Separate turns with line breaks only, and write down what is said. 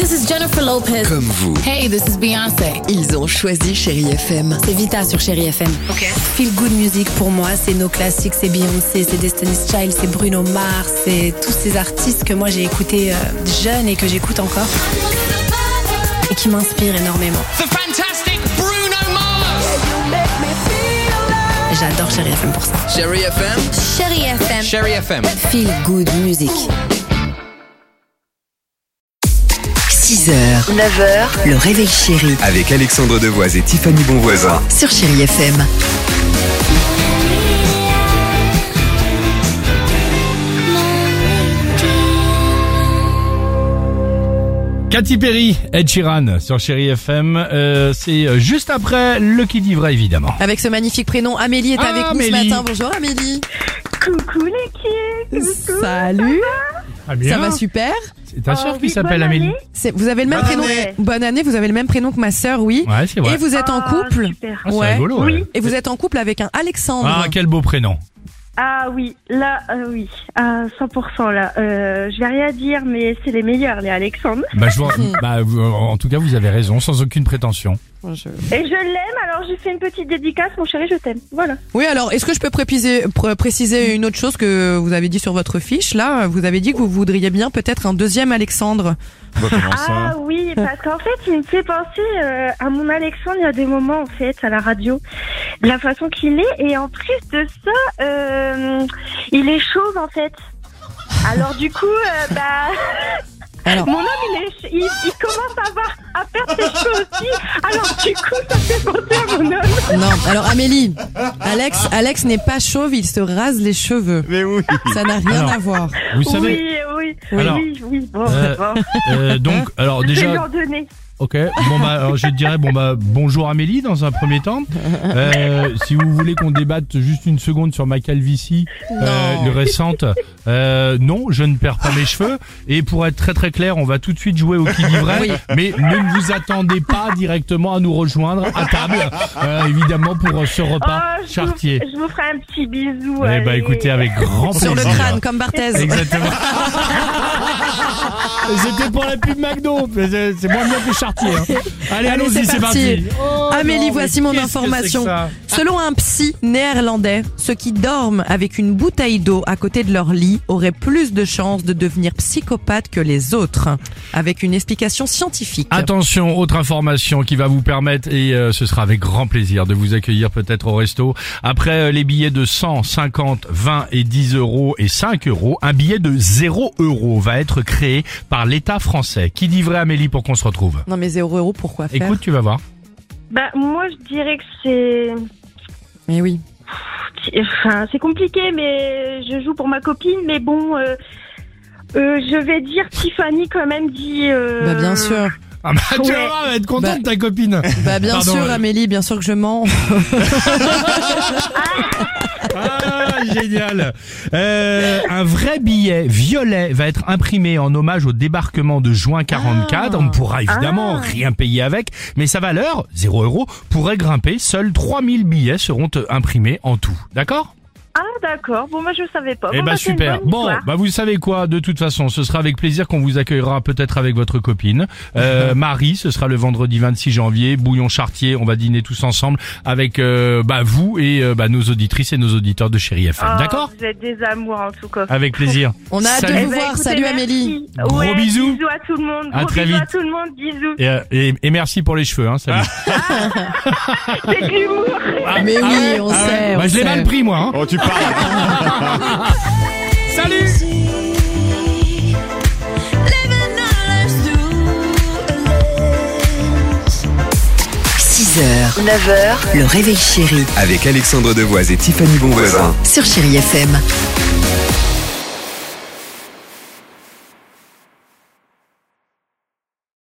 this is Jennifer Lopez.
Comme vous.
Hey, this is Beyoncé.
Ils ont choisi Chérie FM.
C'est Vita sur Chérie FM.
Ok.
Feel Good Music pour moi, c'est nos classiques, c'est Beyoncé, c'est Destiny's Child, c'est Bruno Mars, c'est tous ces artistes que moi j'ai écoutés jeune et que j'écoute encore et qui m'inspirent énormément.
The fantastic Bruno Mars.
J'adore Chérie FM pour ça.
Chérie FM.
Chérie FM.
Chérie FM.
Feel Good Music. 6h, 9h, le réveil chéri
Avec Alexandre Devoise et Tiffany Bonvoisin.
sur Chérie FM.
Katy Perry, Ed Sheeran sur Chérie FM. C'est juste après le qui dit vrai, évidemment.
Avec ce magnifique prénom, Amélie est avec nous ce
Amélie.
matin. Bonjour Amélie.
Coucou l'équipe.
Salut.
Ah bien.
Ça va super.
C'est ta sœur qui
oui,
s'appelle
bonne
Amélie.
année.
Vous avez le même
Bonne
prénom.
année.
Bonne année. Vous avez le même prénom que ma sœur, oui.
Ouais, c'est vrai.
Et vous êtes en couple.
Super.
Ah, c'est rigolo,
Oui.
ouais.
Et vous êtes en couple avec un Alexandre.
Ah, quel beau prénom.
Ah oui, là, oui, à 100% là. Je vais rien dire, mais c'est les meilleurs, les Alexandre.
En tout cas, vous avez raison, sans aucune prétention.
Et je l'aime, alors j'ai fait une petite dédicace, mon chéri, je t'aime. Voilà.
Oui, alors est-ce que je peux préciser une autre chose que vous avez dit sur votre fiche là? Vous avez dit que vous voudriez bien peut-être un deuxième Alexandre.
Ah oui, parce qu'en fait, il me fait penser à mon Alexandre il y a des moments, en fait, à la radio, de la façon qu'il est. Et en plus de ça, il est chauve, en fait. Alors du coup,
Alors.
mon homme, il commence à perdre ses cheveux aussi. Alors du coup, ça fait penser à mon homme.
Non, alors Amélie, Alex n'est pas chauve, il se rase les cheveux.
Mais oui.
Ça n'a rien
Alors.
à voir.
Vous savez. Alors,
Oui. Bon,
Donc, alors
je vais lui
déjà.
en donner.
Ok. Alors je dirais bonjour Amélie dans un premier temps. Si vous voulez qu'on débatte juste une seconde sur ma calvitie le récente, non, je ne perds pas mes cheveux. Et pour être très très clair, on va tout de suite jouer au qui dit vrai.
Oui.
Mais ne vous attendez pas directement à nous rejoindre à table, évidemment pour ce repas chartier.
Je vous ferai un petit bisou.
Eh ben
allez.
écoutez, avec grand plaisir.
Sur le crâne, comme Barthez.
Exactement. C'était pour la pub McDo. C'est moins bien que Chartier. Hein. Allez, allons-y, c'est parti. Oh,
Amélie,
non,
voici
mais
mon
qu'est-ce que
information.
c'est que ça
Selon un psy néerlandais, ceux qui dorment avec une bouteille d'eau à côté de leur lit auraient plus de chances de devenir psychopathes que les autres. Avec une explication scientifique.
Attention, autre information qui va vous permettre, et ce sera avec grand plaisir de vous accueillir peut-être au resto. Après les billets de 100, 50, 20 et 10 euros et 5 euros, un billet de 0 euros va être créé par l'État français. Qui dit vrai, Amélie, pour qu'on se retrouve?
Non mais 0 euros, pourquoi faire?
Écoute, tu vas voir.
Moi, je dirais que c'est...
Mais oui.
Enfin, c'est compliqué, mais je joue pour ma copine. Mais bon, je vais dire Tiffany quand même dit...
Bah bien sûr.
Ah bah tu
Ouais.
vas voir, elle va être contente
Bah-
ta copine.
Bah bien
Pardon,
sûr Amélie, bien sûr que je mens.
Ah, génial. Un vrai billet violet va être imprimé en hommage au débarquement de juin 44. On ne pourra évidemment rien payer avec, mais sa valeur, 0 euros, pourrait grimper. Seuls 3000 billets seront imprimés en tout. D'accord ?
Ah, d'accord. Bon, moi, je savais pas.
Eh
Bon,
ben
c'est une
super.
bonne
Bon,
histoire.
vous savez quoi, de toute façon, ce sera avec plaisir qu'on vous accueillera peut-être avec votre copine. Marie, ce sera le vendredi 26 janvier, Bouillon Chartier, on va dîner tous ensemble avec vous et nos auditrices et nos auditeurs de Chérie FM.
Oh,
D'accord ?
Vous êtes des amours, en tout cas.
Avec plaisir.
On a hâte de
Salut.
vous voir.
écoutez,
Salut
merci.
Amélie.
Gros
Ouais,
bisous.
Bisous à tout le monde.
À
Gros
très
bisous
vite.
à tout le monde. Bisous.
Et merci pour les cheveux, hein, salut.
C'est de l'humour.
Mais oui, on sait.
Bah,
on
je l'ai
sait.
mal pris, moi. Hein.
Oh, tu parles.
Salut.
6h, 9h, le réveil chéri
Avec Alexandre Devoise et Tiffany Bonvoisin.
sur Chérie FM.